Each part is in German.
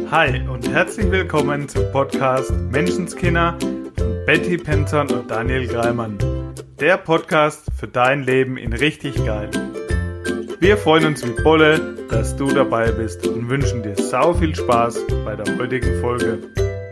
Hi und herzlich willkommen zum Podcast Menschenskinder von Betty Penton und Daniel Greimann. Der Podcast für dein Leben in richtig geil. Wir freuen uns wie Bolle, dass du dabei bist und wünschen dir sau viel Spaß bei der heutigen Folge.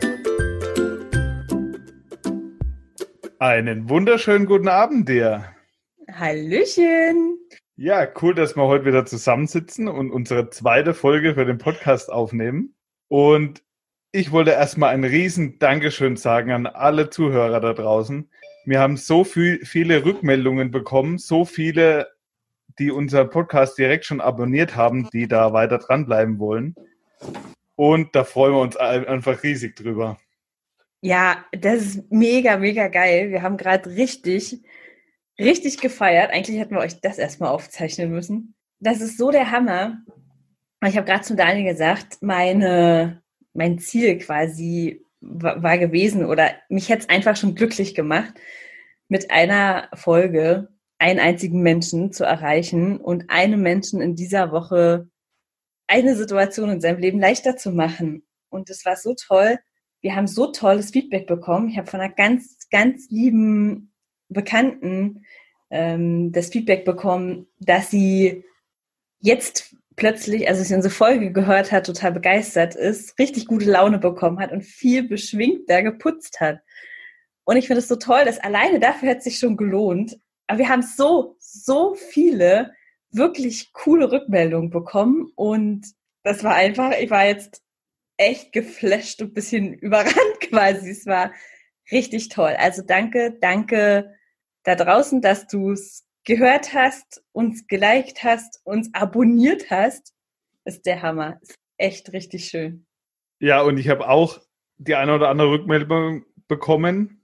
Einen wunderschönen guten Abend dir. Hallöchen. Ja, cool, dass wir heute wieder zusammensitzen und unsere zweite Folge für den Podcast aufnehmen. Und ich wollte erstmal ein riesen Dankeschön sagen an alle Zuhörer da draußen. Wir haben so viele Rückmeldungen bekommen, so viele, die unseren Podcast direkt schon abonniert haben, die da weiter dranbleiben wollen. Und da freuen wir uns einfach riesig drüber. Ja, das ist mega, mega geil. Wir haben gerade richtig gefeiert. Eigentlich hätten wir euch das erstmal aufzeichnen müssen. Das ist so der Hammer. Ich habe gerade zu Daniel gesagt, mein Ziel quasi war gewesen oder mich hätte es einfach schon glücklich gemacht, mit einer Folge einen einzigen Menschen zu erreichen und einem Menschen in dieser Woche eine Situation in seinem Leben leichter zu machen. Und es war so toll. Wir haben so tolles Feedback bekommen. Ich habe von einer ganz, ganz lieben Bekannten das Feedback bekommen, dass sie jetzt plötzlich, als sie unsere Folge gehört hat, total begeistert ist, richtig gute Laune bekommen hat und viel beschwingter geputzt hat. Und ich finde es so toll, dass alleine dafür hat es sich schon gelohnt. Aber wir haben so viele wirklich coole Rückmeldungen bekommen und das war einfach, ich war jetzt echt geflasht und ein bisschen überrannt quasi. Es war richtig toll. Also danke da draußen, dass du es gehört hast, uns geliked hast, uns abonniert hast. Ist der Hammer. Ist echt richtig schön. Ja, und ich habe auch die eine oder andere Rückmeldung bekommen.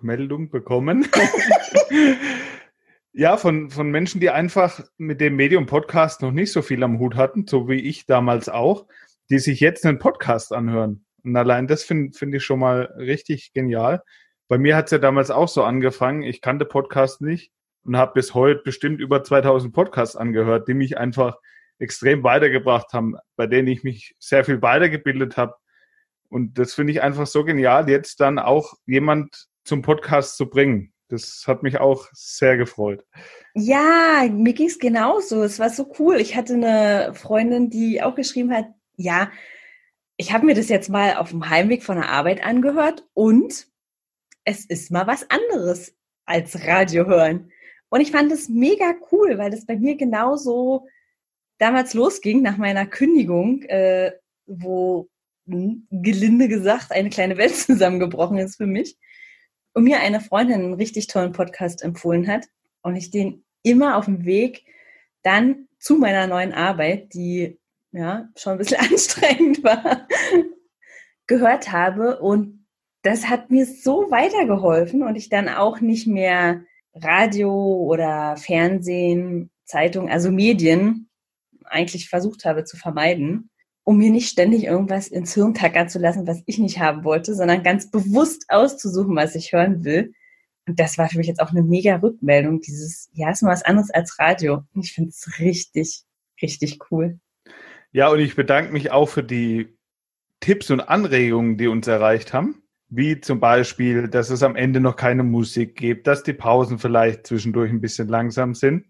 Ja, von Menschen, die einfach mit dem Medium Podcast noch nicht so viel am Hut hatten, so wie ich damals auch, die sich jetzt einen Podcast anhören. Und allein das finde ich schon mal richtig genial. Bei mir hat es ja damals auch so angefangen. Ich kannte Podcast nicht und habe bis heute bestimmt über 2000 Podcasts angehört, die mich einfach extrem weitergebracht haben, bei denen ich mich sehr viel weitergebildet habe. Und das finde ich einfach so genial, jetzt dann auch jemand zum Podcast zu bringen. Das hat mich auch sehr gefreut. Ja, mir ging es genauso. Es war so cool. Ich hatte eine Freundin, die auch geschrieben hat, ja, ich habe mir das jetzt mal auf dem Heimweg von der Arbeit angehört und es ist mal was anderes als Radio hören. Und ich fand das mega cool, weil das bei mir genauso damals losging nach meiner Kündigung, wo gelinde gesagt eine kleine Welt zusammengebrochen ist für mich. Und mir eine Freundin einen richtig tollen Podcast empfohlen hat und ich den immer auf dem Weg dann zu meiner neuen Arbeit, die ja schon ein bisschen anstrengend war, gehört habe. Und das hat mir so weitergeholfen und ich dann auch nicht mehr Radio oder Fernsehen, Zeitung, also Medien eigentlich versucht habe zu vermeiden, um mir nicht ständig irgendwas ins Hirn tackern zu lassen, was ich nicht haben wollte, sondern ganz bewusst auszusuchen, was ich hören will. Und das war für mich jetzt auch eine mega Rückmeldung, dieses, ja, ist mal was anderes als Radio. Und ich finde es richtig, richtig cool. Ja, und ich bedanke mich auch für die Tipps und Anregungen, die uns erreicht haben. Wie zum Beispiel, dass es am Ende noch keine Musik gibt, dass die Pausen vielleicht zwischendurch ein bisschen lang sind.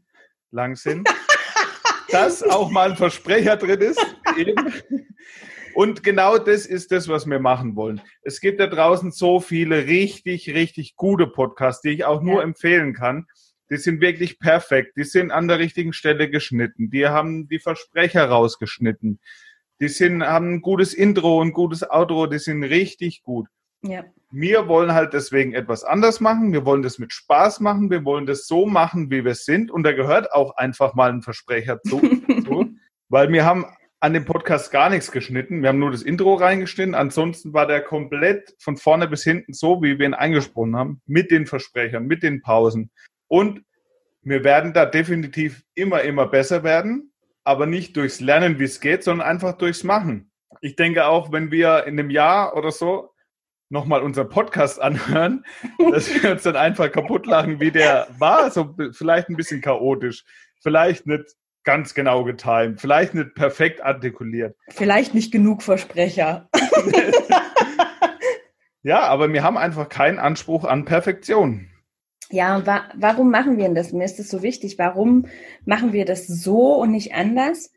Dass auch mal ein Versprecher drin ist. Eben. Und genau das ist das, was wir machen wollen. Es gibt da draußen so viele richtig gute Podcasts, die ich auch nur empfehlen kann. Die sind wirklich perfekt. Die sind an der richtigen Stelle geschnitten. Die haben die Versprecher rausgeschnitten. Die haben ein gutes Intro, ein gutes Outro. Die sind richtig gut. Ja. Wir wollen halt deswegen etwas anders machen. Wir wollen das mit Spaß machen. Wir wollen das so machen, wie wir sind. Und da gehört auch einfach mal ein Versprecher zu. Weil wir haben an dem Podcast gar nichts geschnitten. Wir haben nur das Intro reingeschnitten. Ansonsten war der komplett von vorne bis hinten so, wie wir ihn eingesprochen haben. Mit den Versprechern, mit den Pausen. Und wir werden da definitiv immer besser werden. Aber nicht durchs Lernen, wie es geht, sondern einfach durchs Machen. Ich denke auch, wenn wir in einem Jahr oder so nochmal unseren Podcast anhören, dass wir uns dann einfach kaputt lachen, wie der war. So vielleicht ein bisschen chaotisch, vielleicht nicht ganz genau getimt, vielleicht nicht perfekt artikuliert. Vielleicht nicht genug Versprecher. Ja, aber wir haben einfach keinen Anspruch an Perfektion. Ja, und warum machen wir denn das? Mir ist das so wichtig. Warum machen wir das so und nicht anders?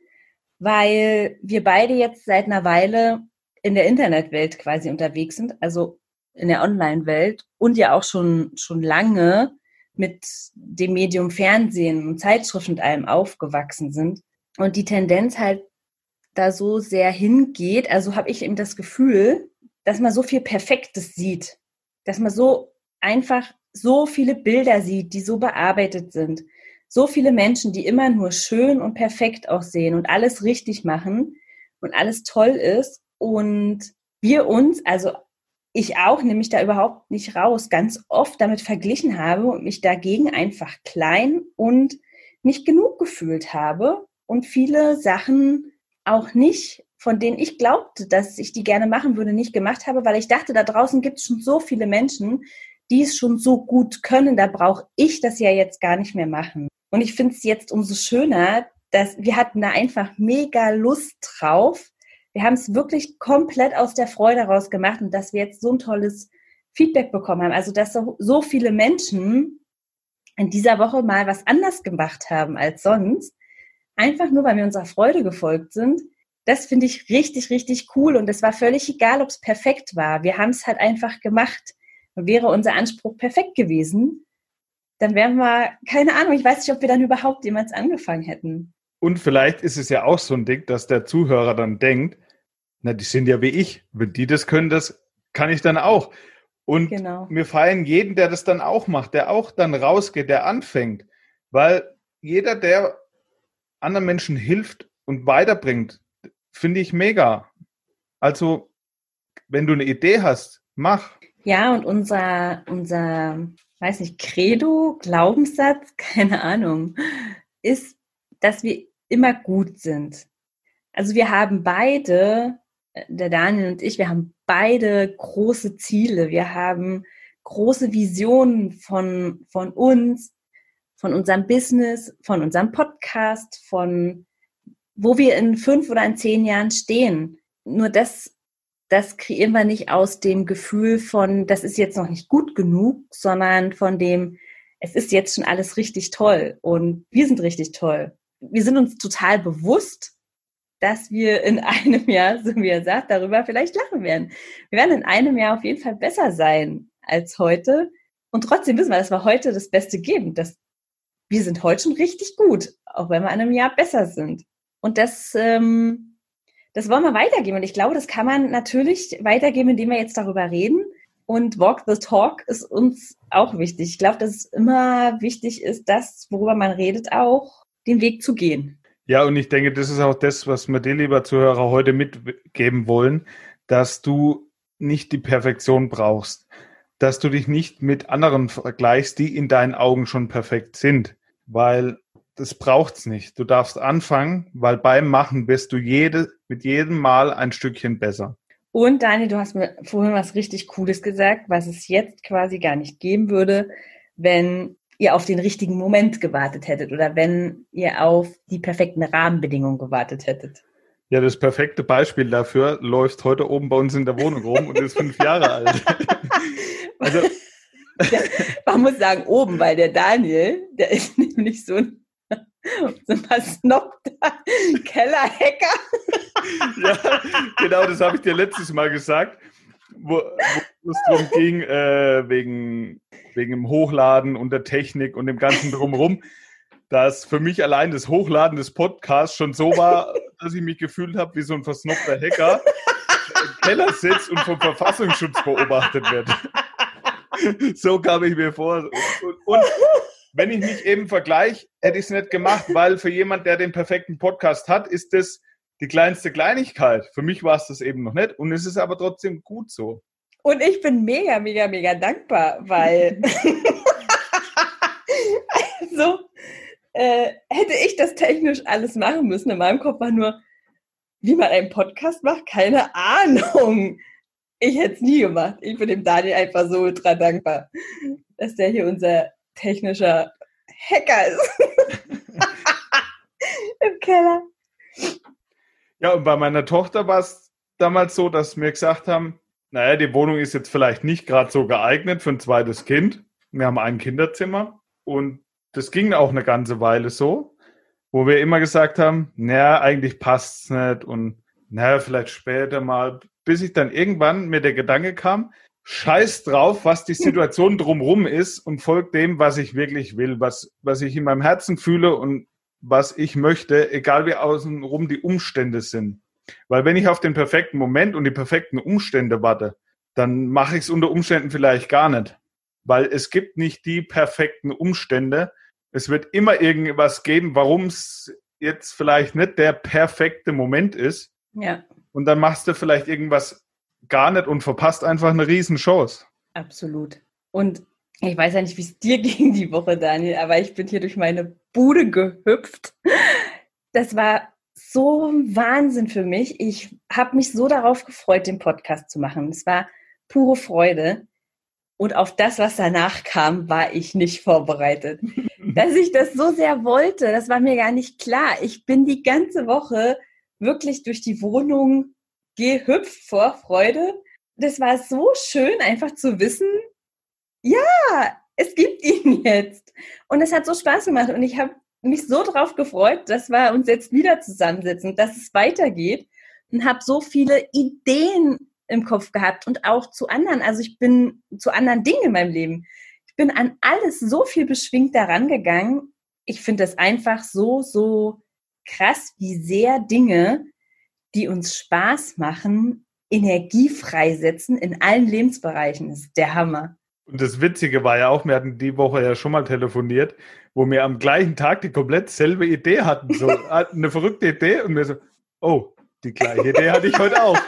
Weil wir beide jetzt seit einer Weile in der Internetwelt quasi unterwegs sind, also in der Online-Welt und ja auch schon lange mit dem Medium Fernsehen und Zeitschriften und allem aufgewachsen sind und die Tendenz halt da so sehr hingeht, also habe ich eben das Gefühl, dass man so viel Perfektes sieht, dass man so einfach so viele Bilder sieht, die so bearbeitet sind, so viele Menschen, die immer nur schön und perfekt aussehen und alles richtig machen und alles toll ist und wir uns, also ich auch, nehme mich da überhaupt nicht raus, ganz oft damit verglichen habe und mich dagegen einfach klein und nicht genug gefühlt habe und viele Sachen auch nicht, von denen ich glaubte, dass ich die gerne machen würde, nicht gemacht habe, weil ich dachte, da draußen gibt es schon so viele Menschen, die es schon so gut können, da brauche ich das ja jetzt gar nicht mehr machen. Und ich finde es jetzt umso schöner, dass wir hatten da einfach mega Lust drauf. Wir haben es wirklich komplett aus der Freude raus gemacht und dass wir jetzt so ein tolles Feedback bekommen haben. Also, dass so viele Menschen in dieser Woche mal was anders gemacht haben als sonst, einfach nur, weil wir unserer Freude gefolgt sind. Das finde ich richtig, richtig cool. Und es war völlig egal, ob es perfekt war. Wir haben es halt einfach gemacht. Und wäre unser Anspruch perfekt gewesen, dann wären wir, keine Ahnung, ich weiß nicht, ob wir dann überhaupt jemals angefangen hätten. Und vielleicht ist es ja auch so ein Ding, dass der Zuhörer dann denkt, na, die sind ja wie ich. Wenn die das können, das kann ich dann auch. Und genau. Wir feiern jeden, der das dann auch macht, der auch dann rausgeht, der anfängt. Weil jeder, der anderen Menschen hilft und weiterbringt, finde ich mega. Also, wenn du eine Idee hast, mach. Ja, und unser, weiß nicht, Credo, Glaubenssatz, keine Ahnung, ist, dass wir immer gut sind. Also wir haben beide, der Daniel und ich, wir haben beide große Ziele. Wir haben große Visionen von uns, von unserem Business, von unserem Podcast, von wo wir in 5 oder in 10 Jahren stehen. Nur das kreieren wir nicht aus dem Gefühl von, das ist jetzt noch nicht gut genug, sondern von dem, es ist jetzt schon alles richtig toll und wir sind richtig toll. Wir sind uns total bewusst, dass wir in einem Jahr, so wie er sagt, darüber vielleicht lachen werden. Wir werden in einem Jahr auf jeden Fall besser sein als heute. Und trotzdem wissen wir, dass wir heute das Beste geben. Wir sind heute schon richtig gut, auch wenn wir in einem Jahr besser sind. Und das wollen wir weitergeben. Und ich glaube, das kann man natürlich weitergeben, indem wir jetzt darüber reden. Und Walk the Talk ist uns auch wichtig. Ich glaube, dass es immer wichtig ist, das, worüber man redet, auch den Weg zu gehen. Ja, und ich denke, das ist auch das, was wir dir, lieber Zuhörer, heute mitgeben wollen, dass du nicht die Perfektion brauchst, dass du dich nicht mit anderen vergleichst, die in deinen Augen schon perfekt sind, weil das braucht's nicht. Du darfst anfangen, weil beim Machen bist du mit jedem Mal ein Stückchen besser. Und Daniel, du hast mir vorhin was richtig Cooles gesagt, was es jetzt quasi gar nicht geben würde, wenn ihr auf den richtigen Moment gewartet hättet oder wenn ihr auf die perfekten Rahmenbedingungen gewartet hättet. Ja, das perfekte Beispiel dafür läuft heute oben bei uns in der Wohnung rum und ist 5 Jahre alt. Also man muss sagen oben, weil der Daniel, der ist nämlich so ein versnobter Kellerhacker. Ja, genau, das habe ich dir letztes Mal gesagt, wo es darum ging, wegen dem Hochladen und der Technik und dem ganzen Drumherum, dass für mich allein das Hochladen des Podcasts schon so war, dass ich mich gefühlt habe wie so ein versnobter Hacker, der im Keller sitzt und vom Verfassungsschutz beobachtet wird. So kam ich mir vor. Und wenn ich mich eben vergleiche, hätte ich es nicht gemacht, weil für jemand, der den perfekten Podcast hat, ist das die kleinste Kleinigkeit. Für mich war es das eben noch nicht und es ist aber trotzdem gut so. Und ich bin mega, mega, mega dankbar, weil also hätte ich das technisch alles machen müssen. In meinem Kopf war nur, wie man einen Podcast macht, keine Ahnung. Ich hätte es nie gemacht. Ich bin dem Daniel einfach so ultra dankbar, dass der hier unser technischer Hacker ist. Im Keller. Ja, und bei meiner Tochter war es damals so, dass wir gesagt haben, naja, die Wohnung ist jetzt vielleicht nicht gerade so geeignet für ein zweites Kind. Wir haben ein Kinderzimmer und das ging auch eine ganze Weile so, wo wir immer gesagt haben, naja, eigentlich passt es nicht und naja, vielleicht später mal, bis ich dann irgendwann mir der Gedanke kam, scheiß drauf, was die Situation drumherum ist und folgt dem, was ich wirklich will, was ich in meinem Herzen fühle und was ich möchte, egal wie außenrum die Umstände sind. Weil wenn ich auf den perfekten Moment und die perfekten Umstände warte, dann mache ich es unter Umständen vielleicht gar nicht. Weil es gibt nicht die perfekten Umstände. Es wird immer irgendwas geben, warum es jetzt vielleicht nicht der perfekte Moment ist. Ja. Und dann machst du vielleicht irgendwas gar nicht und verpasst einfach eine Riesenchance. Absolut. Und ich weiß ja nicht, wie es dir ging die Woche, Daniel, aber ich bin hier durch meine Bude gehüpft. Das war so ein Wahnsinn für mich. Ich habe mich so darauf gefreut, den Podcast zu machen. Es war pure Freude. Und auf das, was danach kam, war ich nicht vorbereitet. Dass ich das so sehr wollte, das war mir gar nicht klar. Ich bin die ganze Woche wirklich durch die Wohnung gehüpft vor Freude. Das war so schön, einfach zu wissen, ja, es gibt ihn jetzt. Und es hat so Spaß gemacht und ich habe mich so drauf gefreut, dass wir uns jetzt wieder zusammensetzen, dass es weitergeht und habe so viele Ideen im Kopf gehabt und auch zu anderen. Also ich bin zu anderen Dingen in meinem Leben. Ich bin an alles so viel beschwingter rangegangen. Ich finde es einfach so krass, wie sehr Dinge, die uns Spaß machen, Energie freisetzen in allen Lebensbereichen. Das ist der Hammer. Und das Witzige war ja auch, wir hatten die Woche ja schon mal telefoniert, wo wir am gleichen Tag die komplett selbe Idee hatten. So eine verrückte Idee und wir so, oh, die gleiche Idee hatte ich heute auch.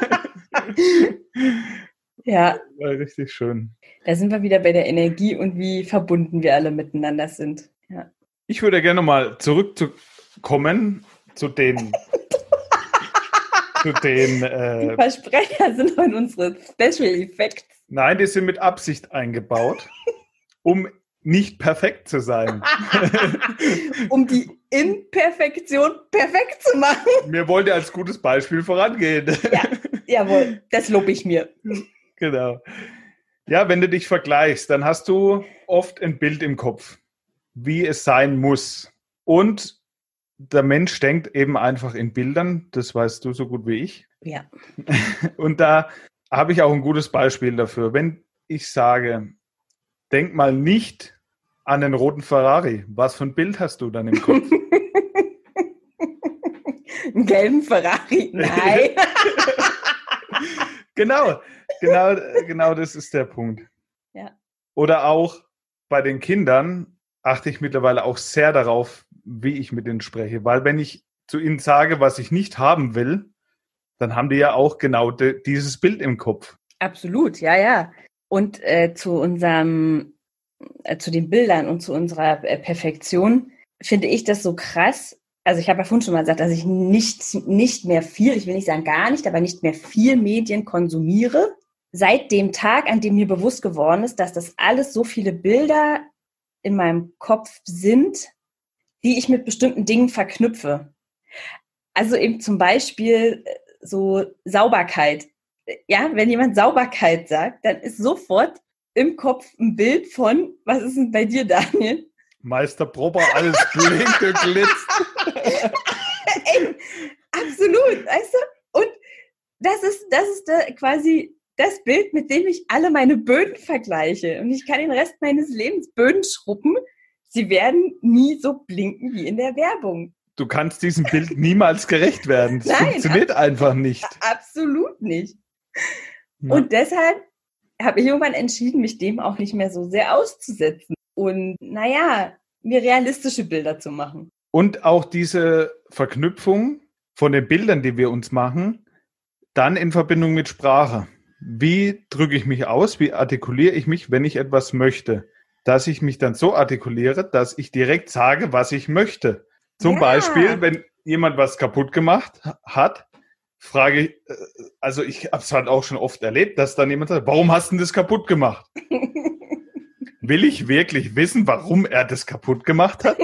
Ja. War richtig schön. Da sind wir wieder bei der Energie und wie verbunden wir alle miteinander sind. Ja. Ich würde gerne mal zurückkommen zu den die Versprecher sind heute unsere Special Effects. Nein, die sind mit Absicht eingebaut, um nicht perfekt zu sein. Um die Imperfektion perfekt zu machen. Mir wollte als gutes Beispiel vorangehen. Ja, jawohl, das lobe ich mir. Genau. Ja, wenn du dich vergleichst, dann hast du oft ein Bild im Kopf, wie es sein muss. Und der Mensch denkt eben einfach in Bildern, das weißt du so gut wie ich. Ja. Und da habe ich auch ein gutes Beispiel dafür. Wenn ich sage, denk mal nicht an den roten Ferrari, was für ein Bild hast du dann im Kopf? Einen gelben Ferrari? Nein. Genau das ist der Punkt. Ja. Oder auch bei den Kindern achte ich mittlerweile auch sehr darauf, wie ich mit ihnen spreche. Weil wenn ich zu ihnen sage, was ich nicht haben will, dann haben die ja auch genau dieses Bild im Kopf. Absolut, ja. Und zu den Bildern und zu unserer Perfektion finde ich das so krass. Also ich habe ja vorhin schon mal gesagt, dass ich nicht mehr viel, ich will nicht sagen gar nicht, aber nicht mehr viel Medien konsumiere. Seit dem Tag, an dem mir bewusst geworden ist, dass das alles so viele Bilder in meinem Kopf sind, die ich mit bestimmten Dingen verknüpfe. Also eben zum Beispiel so Sauberkeit. Ja, wenn jemand Sauberkeit sagt, dann ist sofort im Kopf ein Bild von, was ist denn bei dir, Daniel? Meister Proper, alles blinkt und glitzt. Ey, absolut, weißt du? Und das ist quasi das Bild, mit dem ich alle meine Böden vergleiche. Und ich kann den Rest meines Lebens Böden schrubben. Sie werden nie so blinken wie in der Werbung. Du kannst diesem Bild niemals gerecht werden. Das funktioniert einfach nicht. Absolut nicht. Ja. Und deshalb habe ich irgendwann entschieden, mich dem auch nicht mehr so sehr auszusetzen. Und mir realistische Bilder zu machen. Und auch diese Verknüpfung von den Bildern, die wir uns machen, dann in Verbindung mit Sprache. Wie drücke ich mich aus? Wie artikuliere ich mich, wenn ich etwas möchte? Dass ich mich dann so artikuliere, dass ich direkt sage, was ich möchte. Zum Beispiel, wenn jemand was kaputt gemacht hat, frage ich, also ich habe es halt auch schon oft erlebt, dass dann jemand sagt, warum hast du das kaputt gemacht? Will ich wirklich wissen, warum er das kaputt gemacht hat?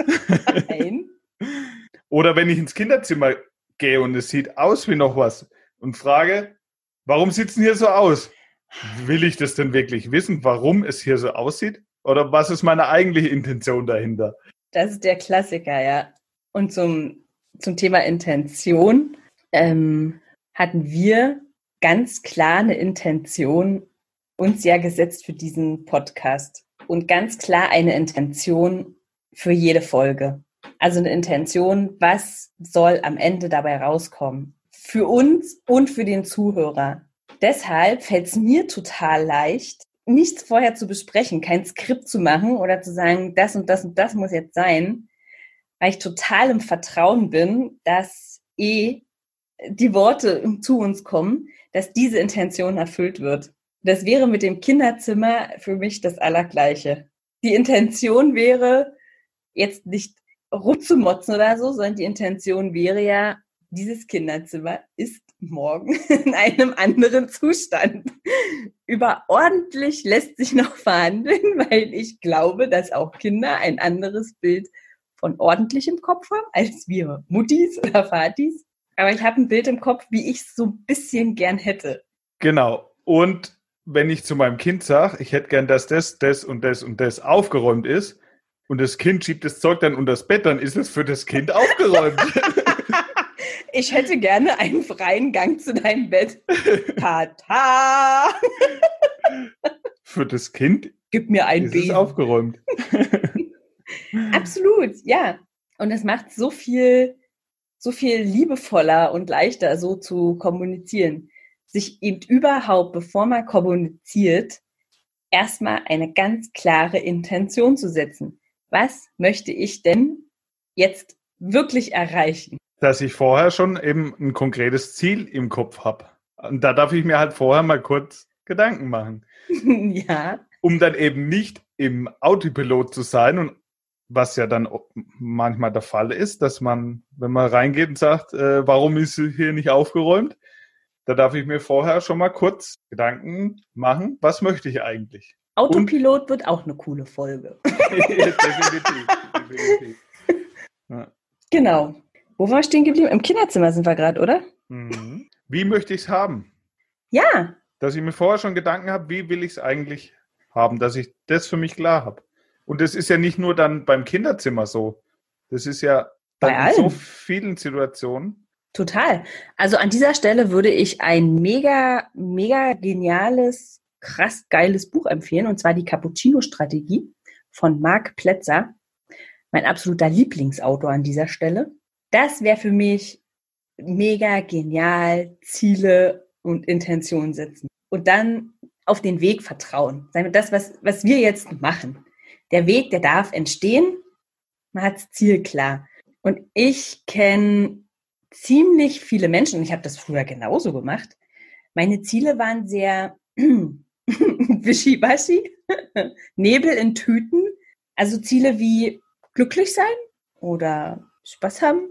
Nein. Oder wenn ich ins Kinderzimmer gehe und es sieht aus wie noch was, und frage, warum sieht es denn hier so aus? Will ich das denn wirklich wissen, warum es hier so aussieht? Oder was ist meine eigentliche Intention dahinter? Das ist der Klassiker, ja. Und zum Thema Intention hatten wir ganz klar eine Intention uns ja gesetzt für diesen Podcast. Und ganz klar eine Intention für jede Folge. Also eine Intention, was soll am Ende dabei rauskommen? Für uns und für den Zuhörer. Deshalb fällt es mir total leicht, nichts vorher zu besprechen, kein Skript zu machen oder zu sagen, das und das und das muss jetzt sein, weil ich total im Vertrauen bin, dass die Worte zu uns kommen, dass diese Intention erfüllt wird. Das wäre mit dem Kinderzimmer für mich das Allergleiche. Die Intention wäre, jetzt nicht rumzumotzen oder so, sondern die Intention wäre ja, dieses Kinderzimmer ist morgen in einem anderen Zustand. Über ordentlich lässt sich noch verhandeln, weil ich glaube, dass auch Kinder ein anderes Bild von ordentlich im Kopf haben, als wir Muttis oder Vatis. Aber ich habe ein Bild im Kopf, wie ich es so ein bisschen gern hätte. Genau. Und wenn ich zu meinem Kind sage, ich hätte gern, dass das und das und das aufgeräumt ist und das Kind schiebt das Zeug dann unter das Bett, dann ist es für das Kind aufgeräumt. Ich hätte gerne einen freien Gang zu deinem Bett. Tata! Für das Kind Gib mir ein ist es aufgeräumt. Absolut, ja. Und es macht so viel liebevoller und leichter, so zu kommunizieren. Sich eben überhaupt, bevor man kommuniziert, erstmal eine ganz klare Intention zu setzen. Was möchte ich denn jetzt wirklich erreichen? Dass ich vorher schon eben ein konkretes Ziel im Kopf habe. Und da darf ich mir halt vorher mal kurz Gedanken machen. Ja. Um dann eben nicht im Autopilot zu sein und was ja dann manchmal der Fall ist, dass man, wenn man reingeht und sagt, warum ist hier nicht aufgeräumt, da darf ich mir vorher schon mal kurz Gedanken machen, was möchte ich eigentlich? Autopilot wird auch eine coole Folge. Definitiv. Ja. Genau. Wo war ich stehen geblieben? Im Kinderzimmer sind wir gerade, oder? Mhm. Wie möchte ich es haben? Ja. Dass ich mir vorher schon Gedanken habe, wie will ich es eigentlich haben, dass ich das für mich klar habe. Und das ist ja nicht nur dann beim Kinderzimmer so. Das ist ja dann in so vielen Situationen. Total. Also an dieser Stelle würde ich ein mega, mega geniales, krass geiles Buch empfehlen, und zwar die Cappuccino-Strategie von Marc Plätzer. Mein absoluter Lieblingsautor an dieser Stelle. Das wäre für mich mega genial, Ziele und Intentionen setzen. Und dann auf den Weg vertrauen. Sagen wir das, was wir jetzt machen. Der Weg, der darf entstehen. Man hat das Ziel klar. Und ich kenne ziemlich viele Menschen, und ich habe das früher genauso gemacht. Meine Ziele waren sehr wischiwaschi, Nebel in Tüten. Also Ziele wie glücklich sein oder Spaß haben.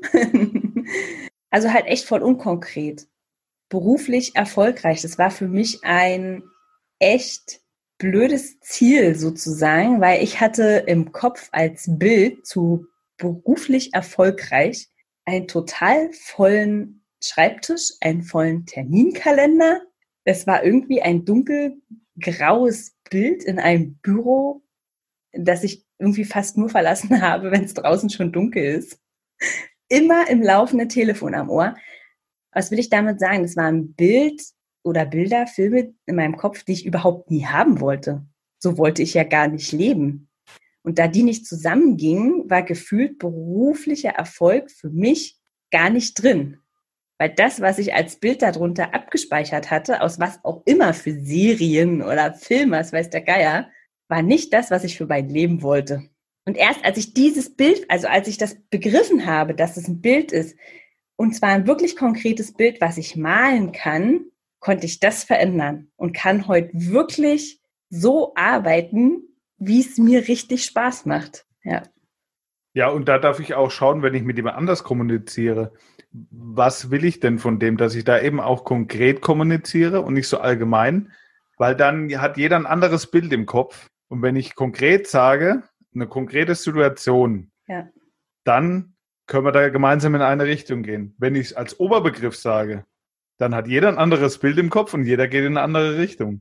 Also halt echt voll unkonkret. Beruflich erfolgreich. Das war für mich ein echt blödes Ziel sozusagen, weil ich hatte im Kopf als Bild zu beruflich erfolgreich einen total vollen Schreibtisch, einen vollen Terminkalender. Es war irgendwie ein dunkelgraues Bild in einem Büro, das ich irgendwie fast nur verlassen habe, wenn es draußen schon dunkel ist. Immer im laufenden Telefon am Ohr. Was will ich damit sagen? Das war ein Bild oder Bilder, Filme in meinem Kopf, die ich überhaupt nie haben wollte. So wollte ich ja gar nicht leben. Und da die nicht zusammengingen, war gefühlt beruflicher Erfolg für mich gar nicht drin. Weil das, was ich als Bild darunter abgespeichert hatte, aus was auch immer für Serien oder Filme, das weiß der Geier, war nicht das, was ich für mein Leben wollte. Und erst als ich dieses Bild, also als ich das begriffen habe, dass es ein Bild ist, und zwar ein wirklich konkretes Bild, was ich malen kann, konnte ich das verändern und kann heute wirklich so arbeiten, wie es mir richtig Spaß macht. Ja. Ja, und da darf ich auch schauen, wenn ich mit jemand anders kommuniziere, was will ich denn von dem, dass ich da eben auch konkret kommuniziere und nicht so allgemein, weil dann hat jeder ein anderes Bild im Kopf. Und wenn ich konkret sage, eine konkrete Situation, Ja. dann können wir da gemeinsam in eine Richtung gehen. Wenn ich es als Oberbegriff sage, Dann hat jeder ein anderes Bild im Kopf und jeder geht in eine andere Richtung.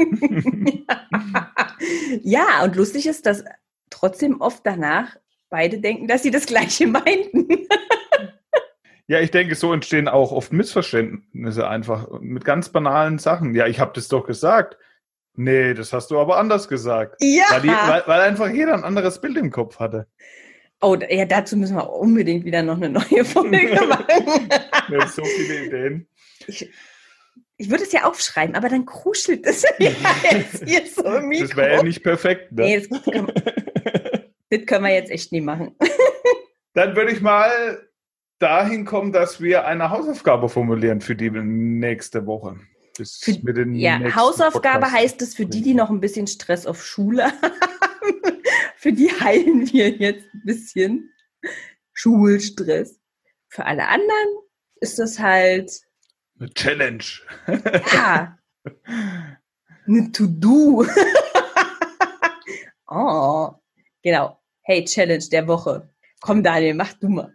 Ja, und lustig ist, dass trotzdem oft danach beide denken, dass sie das Gleiche meinten. Ja, ich denke, so entstehen auch oft Missverständnisse einfach mit ganz banalen Sachen. Ja, ich habe das doch gesagt. Nee, das hast du aber anders gesagt. Ja. Weil einfach jeder ein anderes Bild im Kopf hatte. Oh, ja, dazu müssen wir unbedingt wieder noch eine neue Folge machen. Ja, so viele Ideen. Ich würde es ja aufschreiben, aber dann kruschelt es ja jetzt hier so im Mikro. Das wäre ja nicht perfekt, ne? Nee, das können wir jetzt echt nie machen. Dann würde ich mal dahin kommen, dass wir eine Hausaufgabe formulieren für die nächste Woche. Hausaufgabe Podcast heißt es für die noch ein bisschen Stress auf Schule haben. Für die heilen wir jetzt ein bisschen Schulstress. Für alle anderen ist das halt eine Challenge. Ja. Eine To-Do. Oh, genau. Hey, Challenge der Woche. Komm, Daniel, mach du mal.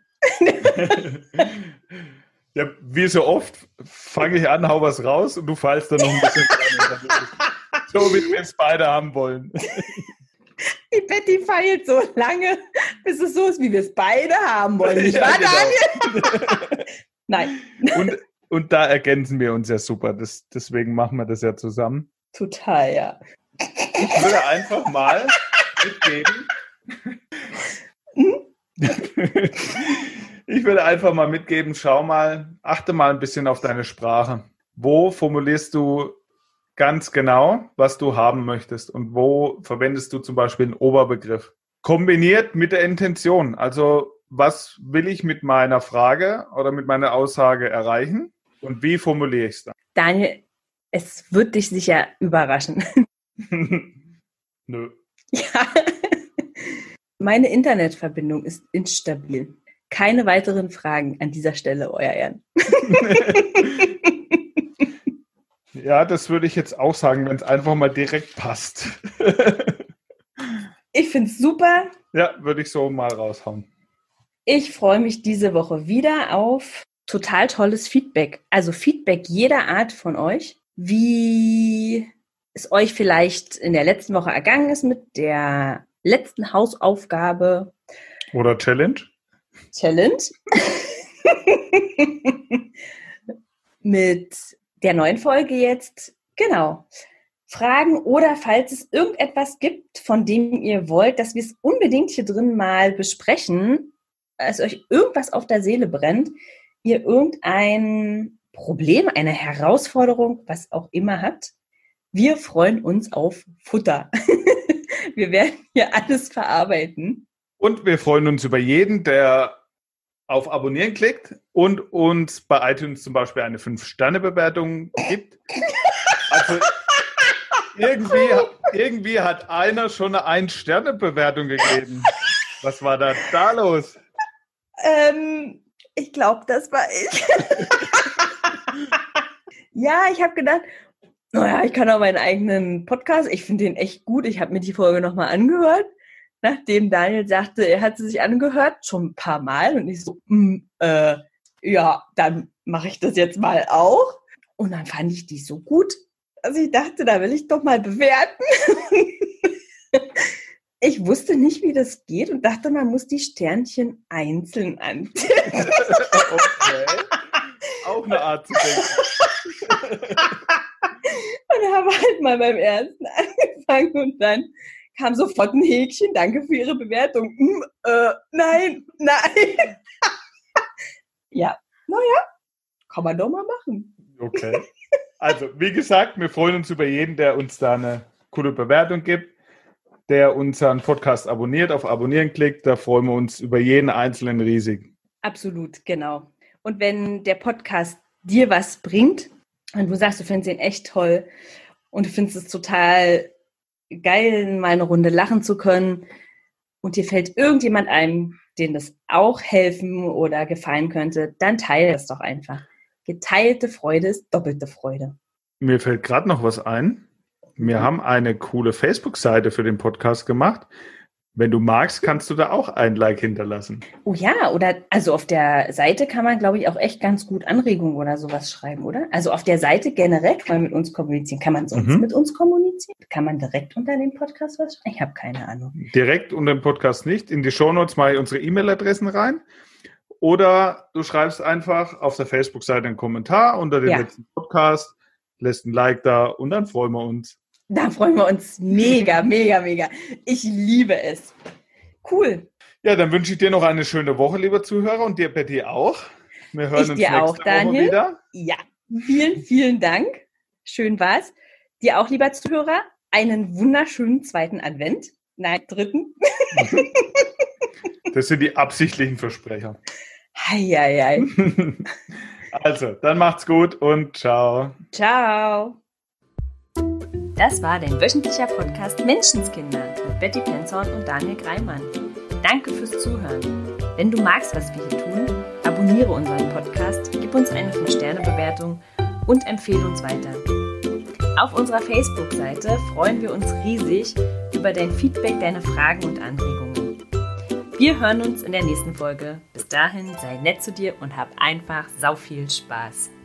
Ja, wie so oft fange ich an, hau was raus und du fallst dann noch ein bisschen dran. So wie wir es beide haben wollen. Die Betty feilt so lange, bis es so ist, wie wir es beide haben wollen. Nicht wahr, genau. Daniel? Nein. Und da ergänzen wir uns ja super. Deswegen machen wir das ja zusammen. Total, ja. Ich würde einfach mal mitgeben. Ich würde einfach mal mitgeben, schau mal, achte mal ein bisschen auf deine Sprache. Wo formulierst du ganz genau, was du haben möchtest? Und wo verwendest du zum Beispiel einen Oberbegriff? Kombiniert mit der Intention. Also, was will ich mit meiner Frage oder mit meiner Aussage erreichen? Und wie formuliere ich es dann? Daniel, es wird dich sicher überraschen. Nö. Ja. Meine Internetverbindung ist instabil. Keine weiteren Fragen an dieser Stelle, Euer Ehren. Ja, das würde ich jetzt auch sagen, wenn es einfach mal direkt passt. Ich finde es super. Ja, würde ich so mal raushauen. Ich freue mich diese Woche wieder auf total tolles Feedback. Also Feedback jeder Art von euch. Wie es euch vielleicht in der letzten Woche ergangen ist mit der letzten Hausaufgabe. Oder Challenge. Mit der neuen Folge jetzt. Genau. Fragen oder falls es irgendetwas gibt, von dem ihr wollt, dass wir es unbedingt hier drin mal besprechen, als euch irgendwas auf der Seele brennt, ihr irgendein Problem, eine Herausforderung, was auch immer habt, wir freuen uns auf Futter. Wir werden hier alles verarbeiten. Und wir freuen uns über jeden, der auf Abonnieren klickt und uns bei iTunes zum Beispiel eine 5-Sterne-Bewertung gibt. Also irgendwie hat einer schon eine 1-Sterne-Bewertung gegeben. Was war da los? Ich glaube, das war ich. Ja, ich habe gedacht, naja, ich kann auch meinen eigenen Podcast, ich finde den echt gut. Ich habe mir die Folge nochmal angehört, nachdem Daniel sagte, er hat sie sich angehört, schon ein paar Mal. Und ich so, ja, dann mache ich das jetzt mal auch. Und dann fand ich die so gut, dass ich dachte, da will ich doch mal bewerten. Ich wusste nicht, wie das geht und dachte, man muss die Sternchen einzeln antippen. Okay. Auch eine Art zu denken. Und habe halt mal beim ersten angefangen und dann kam sofort ein Häkchen, danke für Ihre Bewertung. Nein. Ja, naja, kann man doch mal machen. Okay. Also, wie gesagt, wir freuen uns über jeden, der uns da eine coole Bewertung gibt, der unseren Podcast abonniert, auf Abonnieren klickt. Da freuen wir uns über jeden Einzelnen riesig. Absolut, genau. Und wenn der Podcast dir was bringt und du sagst, du findest ihn echt toll und du findest es total geil, mal eine Runde lachen zu können und dir fällt irgendjemand ein, denen das auch helfen oder gefallen könnte, dann teile es doch einfach. Geteilte Freude ist doppelte Freude. Mir fällt gerade noch was ein. Wir haben eine coole Facebook-Seite für den Podcast gemacht. Wenn du magst, kannst du da auch ein Like hinterlassen. Oh ja, oder also auf der Seite kann man, glaube ich, auch echt ganz gut Anregungen oder sowas schreiben, oder? Also auf der Seite generell kann man mit uns kommunizieren. Kann man sonst mit uns kommunizieren? Kann man direkt unter dem Podcast was schreiben? Ich habe keine Ahnung. Direkt unter dem Podcast nicht. In die Shownotes mache ich unsere E-Mail-Adressen rein. Oder du schreibst einfach auf der Facebook-Seite einen Kommentar unter dem letzten Podcast, lässt ein Like da und dann freuen wir uns. Da freuen wir uns mega, mega, mega. Ich liebe es. Cool. Ja, dann wünsche ich dir noch eine schöne Woche, lieber Zuhörer, und dir, Betty, auch. Wir hören uns nächste Woche wieder. Ja, vielen, vielen Dank. Schön war's. Dir auch, lieber Zuhörer, einen wunderschönen 2. Advent. Nein, 3. Das sind die absichtlichen Versprecher. Heieiei. Also, dann macht's gut und ciao. Ciao. Das war dein wöchentlicher Podcast Menschenskinder mit Betty Penzorn und Daniel Greimann. Danke fürs Zuhören. Wenn du magst, was wir hier tun, abonniere unseren Podcast, gib uns eine 5-Sterne-Bewertung und empfehle uns weiter. Auf unserer Facebook-Seite freuen wir uns riesig über dein Feedback, deine Fragen und Anregungen. Wir hören uns in der nächsten Folge. Bis dahin, sei nett zu dir und hab einfach sau viel Spaß.